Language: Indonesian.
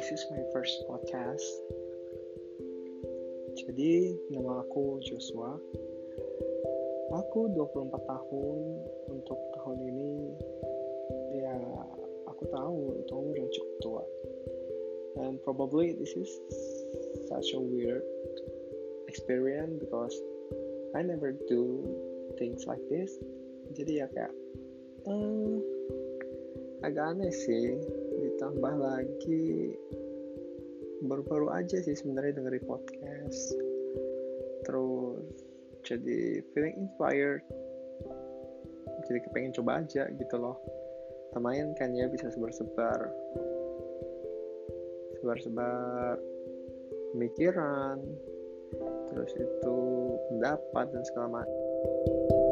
this is my first podcast. Jadi, nama aku Joshua. Aku 24 tahun. Untuk tahun ini, ya aku tahu itu udah cukup tua. And probably this is such a weird experience because I never do things like this. Jadi ya kayak agak aneh sih. Ditambah lagi baru-baru aja sih sebenarnya dengerin podcast, terus jadi feeling inspired, jadi kepengen coba aja gitu loh. Lumayan kan ya, bisa sebar-sebar pemikiran, terus itu pendapat dan segala macam.